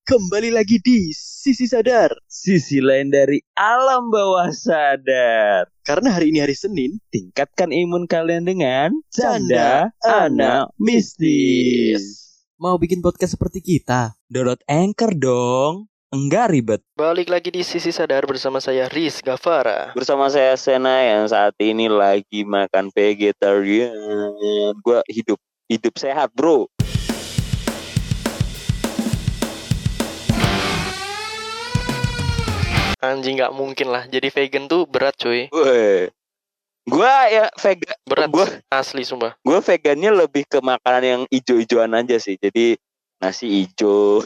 Kembali lagi di Sisi Sadar, sisi lain dari alam bawah sadar. karena hari ini hari Senin. Tingkatkan imun kalian dengan Canda Anak Mistis. Mau bikin podcast seperti kita? Download Anchor dong. Enggak ribet. Balik lagi di Sisi Sadar bersama saya Riz Gavara. Bersama saya Sena yang saat ini lagi makan vegetarian. Gua hidup sehat, bro. Anjing, gak mungkin lah. Jadi vegan tuh berat cuy. Weh. Gua ya vegan. Berat Gua asli sumpah. vegannya lebih ke makanan yang ijo-ijoan aja sih. Jadi nasi ijo.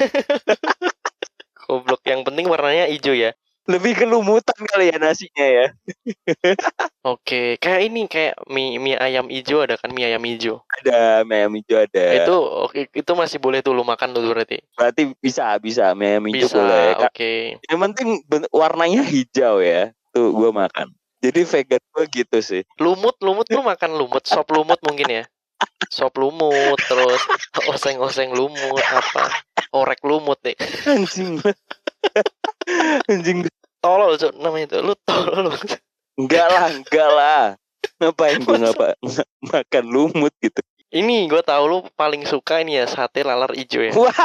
Goblok, yang penting warnanya hijau ya. Lebih ke lumutan kali ya nasinya ya. Oke, kayak ini kayak mie ayam hijau ada kan, mie ayam hijau. Ada mie ayam ijo ada. Itu masih boleh tuh lu makan tuh berarti. Berarti bisa mie ayam ijo Bisa, boleh. oke. Yang penting warnanya hijau ya. Tuh gue makan. Jadi vegan gue gitu sih. Lumut lu makan lumut, sop lumut mungkin ya. Sop lumut, terus oseng-oseng lumut, apa orek lumut deh. Anjing. Anjing. Tolol Cuk, namanya itu. Lu tolol. Enggak lah. Ngapain gue makan lumut gitu. Ini gue tahu lu paling suka ini ya, sate lalar ijo ya. Wah.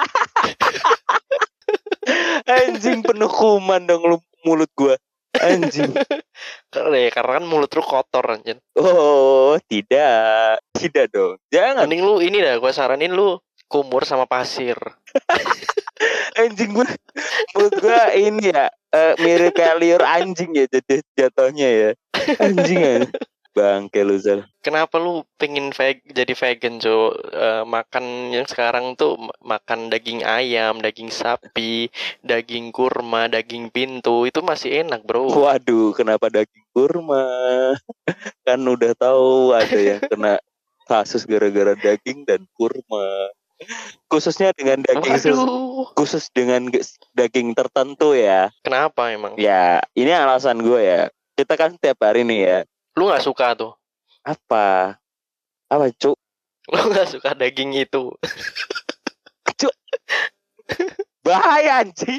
Anjing, penuh kuman dong mulut gue. Anjing. Karena kan mulut lu kotor anjir. Oh, tidak dong. Jangan. Mending lu ini dah, gue saranin lu kumur sama pasir. Anjing, mulut gue ini ya mirip kayak liur anjing ya jadi jatuhnya ya. Anjing. Bangke lu Zal. Kenapa lu pengen jadi vegan Jo? Makan yang sekarang tuh makan daging ayam, daging sapi, daging kurma, daging pintu, itu masih enak bro. Waduh, kenapa daging kurma? Kan udah tahu ada yang kena kasus gara-gara daging dan kurma. Khususnya dengan daging Waduh. khusus dengan daging tertentu ya. Kenapa emang? Ya, ini alasan gue ya. Kita kan setiap hari nih ya. Lu gak suka tuh? Apa, Cuk? Lu gak suka daging itu? Cuk. Bahaya anjing.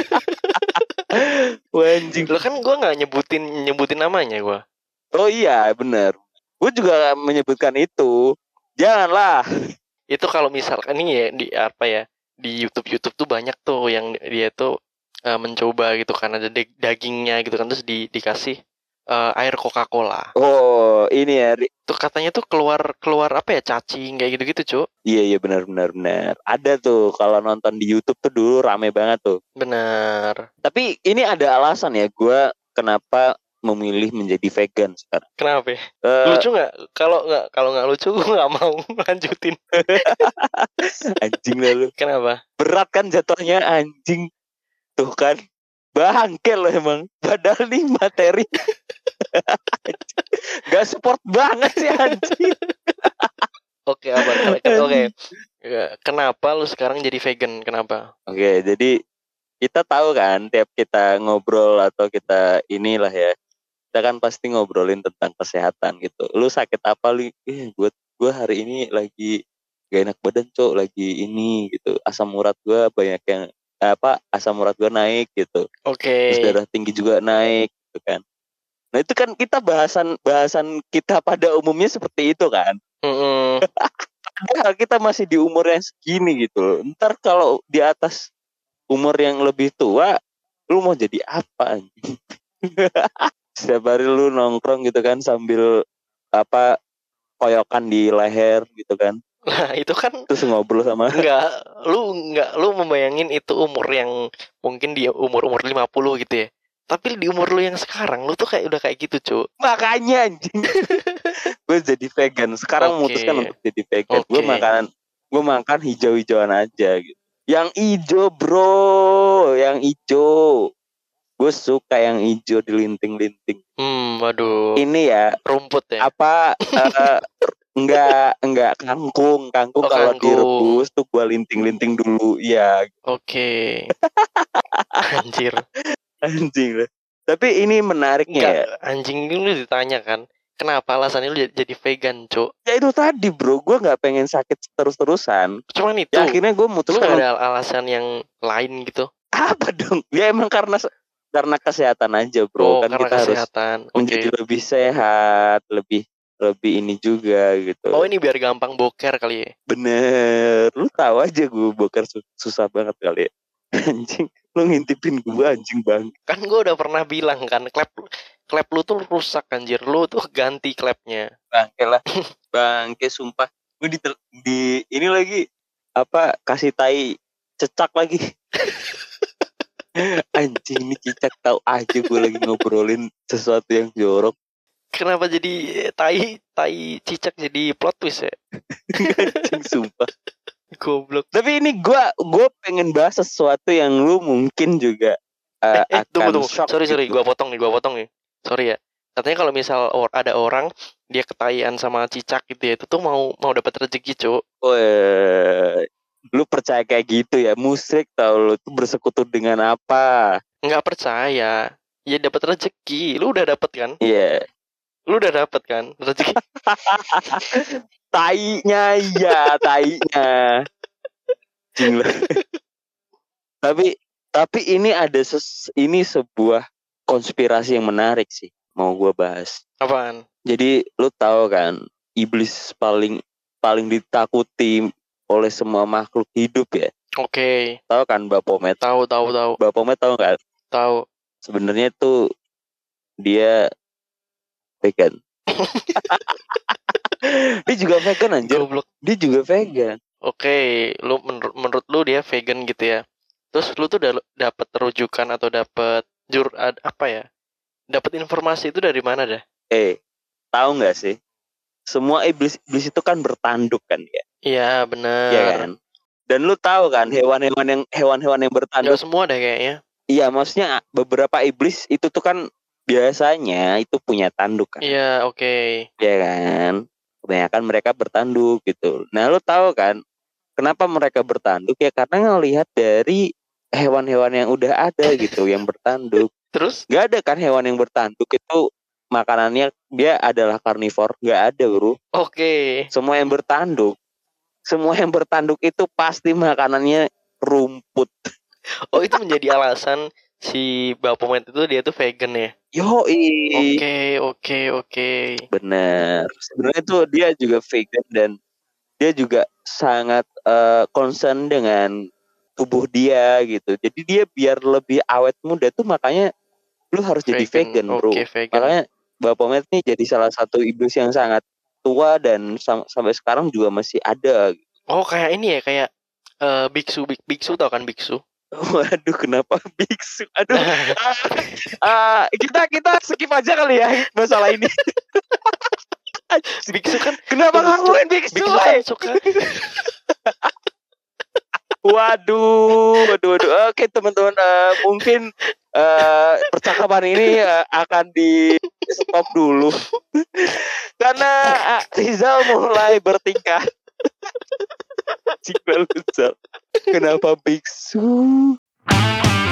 Anjing. Lu kan gue gak nyebutin namanya gue. Oh iya, benar. Gue juga menyebutkan itu. Janganlah. Itu kalau misalkan ini ya di YouTube tuh banyak tuh yang dia tuh mencoba gitu kan, ada dagingnya gitu kan, terus dikasih air Coca-Cola. Oh, ini ya. Tuh katanya tuh keluar apa ya, cacing kayak gitu-gitu, Cuk. Iya benar. Ada tuh kalau nonton di YouTube tuh dulu rame banget tuh. Benar. Tapi ini ada alasan ya gue kenapa memilih menjadi vegan sekarang. Kenapa? Lucu nggak? Kalau nggak lucu gue nggak mau lanjutin. Anjing lah lu. Kenapa? Berat kan jatuhnya anjing. Tuh kan. Bangke lo emang. Padahal nih materi. Gak support banget sih anjing. Oke, apa? Oke. Kenapa lu sekarang jadi vegan? Kenapa? Oke, jadi kita tahu kan tiap kita ngobrol atau kita inilah ya. Kita kan pasti ngobrolin tentang kesehatan gitu. Lu sakit apa lu? Gue hari ini lagi gak enak badan, Cok. Lagi ini gitu. Asam urat gue banyak yang asam urat gue naik gitu. Oke. Terus darah tinggi juga naik gitu kan. Nah itu kan kita bahasan kita pada umumnya seperti itu kan. Padahal kita masih di umur yang segini gitu. Ntar kalau di atas umur yang lebih tua, lu mau jadi apa? Setiap hari lu nongkrong gitu kan sambil koyokan di leher gitu kan. Nah itu kan terus ngobrol sama lu membayangin itu umur yang mungkin di umur 50 gitu ya. Tapi di umur lu yang sekarang lu tuh udah kayak gitu, Cuk. Makanya anjing. Gue jadi vegan. Sekarang memutuskan untuk jadi vegan. Gue makan hijau-hijauan aja gitu. Yang hijau, bro, yang hijau. Gue suka yang hijau dilinting-linting. Waduh. Ini ya rumput ya. Enggak kangkung kalau direbus tuh gua linting-linting dulu ya. Oke. Anjir lah. Tapi ini menariknya ya. Anjing lu ditanya kan, Kenapa alasannya lu jadi vegan, Cuk? Ya itu tadi bro, gue nggak pengen sakit terus-terusan. Cuman itu. Ya akhirnya gue Lu memutuskan gak ada alasan yang lain gitu? apa dong? Ya emang karena kesehatan aja bro. Oh, Kan karena kita harus kesehatan. menjadi lebih sehat, lebih ini juga gitu. Oh, ini biar gampang boker kali ya? Bener, lu tahu aja gue boker susah banget kali ya. Anjing, lu ngintipin gue anjing bang. Kan gue udah pernah bilang kan, klep lu tuh rusak anjir. Lu tuh ganti klepnya. Bangke lah, bangke sumpah. Gue di ini lagi apa kasih tai cecak lagi. Anjing ini cicak tahu aja gue lagi ngobrolin sesuatu yang jorok. Kenapa jadi tai cicak jadi plot twist ya? Anjing sumpah. Goblok. Tapi ini gue pengen bahas sesuatu yang lu mungkin juga akan tunggu. shock. Sorry, gitu. gue potong nih. Sorry ya. Katanya kalau misal ada orang dia ketaian sama cicak gitu ya, itu tuh mau dapat rezeki, Cuk. Oh, lu percaya kayak gitu ya? Musyrik tau lu tuh bersekutu dengan apa? Nggak percaya. Ya dapat rezeki. Lu udah dapat kan? Iya. Lu udah dapat kan rezeki? Tainya. Cing lah. Tapi ini ada ini sebuah konspirasi yang menarik sih. Mau gue bahas. Apaan? Jadi lu tahu kan, iblis paling ditakuti oleh semua makhluk hidup ya. Oke. Tahu kan Baphomet? Tahu. Baphomet tahu nggak? Tahu. Sebenarnya tuh dia vegan. Dia juga vegan anjir. Goblok. Dia juga vegan. Oke, lu menurut lu dia vegan gitu ya. Terus lu tuh dapat rujukan atau dapat apa ya? Dapat informasi itu dari mana dah? Tahu nggak sih? Semua iblis itu kan bertanduk kan ya? Iya, benar. Iya kan? Dan lu tahu kan hewan-hewan yang bertanduk? Gak semua deh kayaknya. Iya, maksudnya beberapa iblis itu tuh kan biasanya itu punya tanduk kan? Iya, oke. Iya kan? Kebanyakan mereka bertanduk gitu. Nah, lu tahu kan kenapa mereka bertanduk? Ya karena ngelihat dari hewan-hewan yang udah ada gitu yang bertanduk. Terus? Gak ada kan hewan yang bertanduk itu makanannya dia adalah karnivor, gak ada bro. Oke. Semua yang bertanduk itu pasti makanannya rumput. Oh, itu menjadi alasan si Baphomet itu dia tuh vegan ya? Oke. Bener. Sebenarnya tuh dia juga vegan dan dia juga sangat concern dengan tubuh dia gitu. Jadi dia biar lebih awet muda tuh makanya lu harus jadi vegan bro. Vegan. Makanya Baphomet nih jadi salah satu iblis yang sangat tua dan sampai sekarang juga masih ada. Oh, kayak ini ya, kayak biksu tau kan biksu? Waduh, kenapa biksu? Aduh. Kita skip aja kali ya masalah ini. Biksu kan kenapa ngomongin biksu? Biksu kan suka. Waduh. Oke teman-teman, mungkin percakapan ini akan di stop dulu karena Rizal mulai bertingkah. Kenapa biksu?